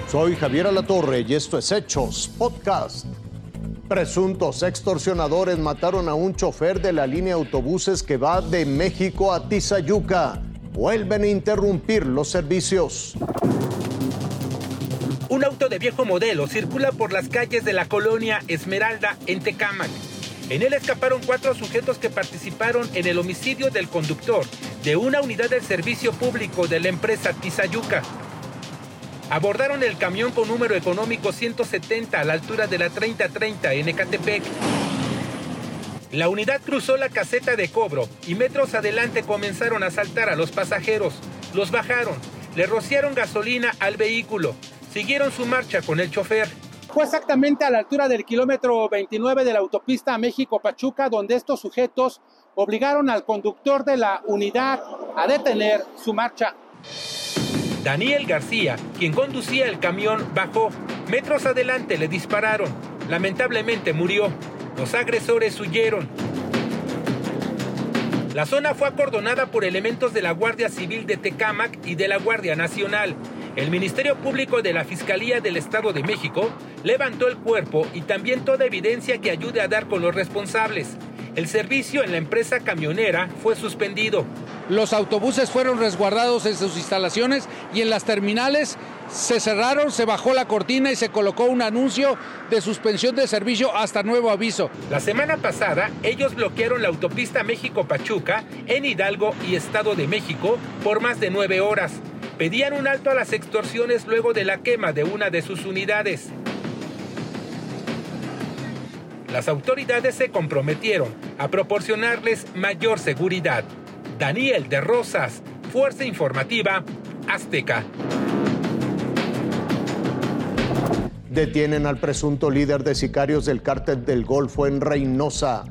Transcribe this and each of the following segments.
Soy Javier Alatorre y esto es Hechos Podcast. Presuntos extorsionadores mataron a un chofer de la línea de autobuses que va de México a Tizayuca. Vuelven a interrumpir los servicios. Un auto de viejo modelo circula por las calles de la colonia Esmeralda en Tecámac. En él escaparon 4 sujetos que participaron en el homicidio del conductor de una unidad del servicio público de la empresa Tizayuca. Abordaron el camión con número económico 170 a la altura de la 3030 en Ecatepec. La unidad cruzó la caseta de cobro y metros adelante comenzaron a asaltar a los pasajeros. Los bajaron, le rociaron gasolina al vehículo, siguieron su marcha con el chofer. Fue exactamente a la altura del kilómetro 29 de la autopista México-Pachuca, donde estos sujetos obligaron al conductor de la unidad a detener su marcha. Daniel García, quien conducía el camión, bajó. Metros adelante le dispararon. Lamentablemente murió. Los agresores huyeron. La zona fue acordonada por elementos de la Guardia Civil de Tecámac y de la Guardia Nacional. El Ministerio Público de la Fiscalía del Estado de México levantó el cuerpo y también toda evidencia que ayude a dar con los responsables. El servicio en la empresa camionera fue suspendido. Los autobuses fueron resguardados en sus instalaciones y en las terminales se cerraron, se bajó la cortina y se colocó un anuncio de suspensión de servicio hasta nuevo aviso. La semana pasada, ellos bloquearon la autopista México-Pachuca en Hidalgo y Estado de México por más de 9 horas. Pedían un alto a las extorsiones luego de la quema de una de sus unidades. Las autoridades se comprometieron a proporcionarles mayor seguridad. Daniel de Rosas, Fuerza Informativa Azteca. Detienen al presunto líder de sicarios del Cártel del Golfo en Reynosa.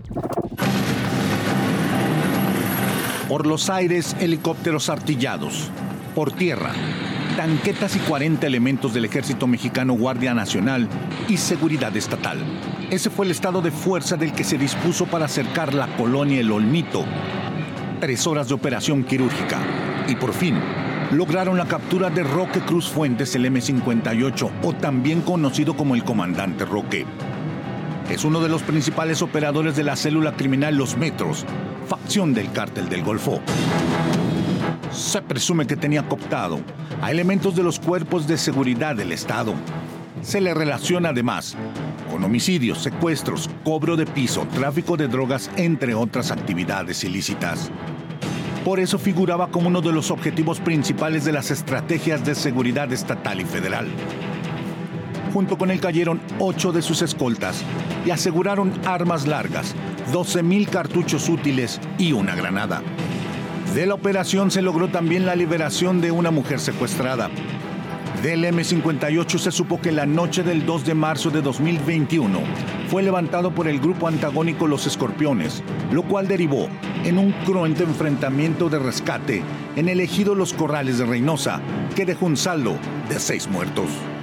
Por los aires, helicópteros artillados. Por tierra, tanquetas y 40 elementos del Ejército Mexicano, Guardia Nacional y Seguridad Estatal. Ese fue el estado de fuerza del que se dispuso para acercar la colonia El Olmito. 3 horas de operación quirúrgica. Y por fin, lograron la captura de Roque Cruz Fuentes, el M-58, o también conocido como el Comandante Roque. Es uno de los principales operadores de la célula criminal Los Metros, facción del Cártel del Golfo. Se presume que tenía cooptado a elementos de los cuerpos de seguridad del Estado. Se le relaciona además con homicidios, secuestros, cobro de piso, tráfico de drogas, entre otras actividades ilícitas. Por eso figuraba como uno de los objetivos principales de las estrategias de seguridad estatal y federal. Junto con él cayeron 8 de sus escoltas y aseguraron armas largas, 12,000 cartuchos útiles y una granada. De la operación se logró también la liberación de una mujer secuestrada. Del M-58 se supo que la noche del 2 de marzo de 2021 fue levantado por el grupo antagónico Los Escorpiones, lo cual derivó en un cruento enfrentamiento de rescate en el ejido Los Corrales de Reynosa, que dejó un saldo de 6 muertos.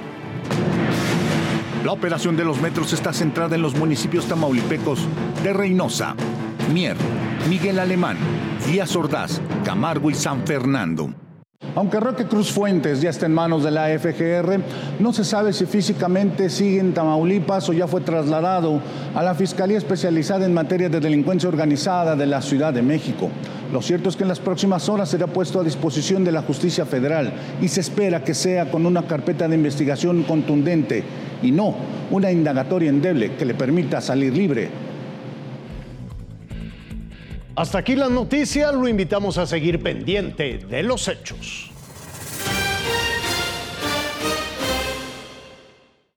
La operación de Los Metros está centrada en los municipios tamaulipecos de Reynosa, Mier, Miguel Alemán, Díaz Ordaz, Camargo y San Fernando. Aunque Roque Cruz Fuentes ya está en manos de la FGR, no se sabe si físicamente sigue en Tamaulipas o ya fue trasladado a la Fiscalía Especializada en Materia de Delincuencia Organizada de la Ciudad de México. Lo cierto es que en las próximas horas será puesto a disposición de la Justicia Federal y se espera que sea con una carpeta de investigación contundente y no una indagatoria endeble que le permita salir libre. Hasta aquí las noticias, lo invitamos a seguir pendiente de los hechos.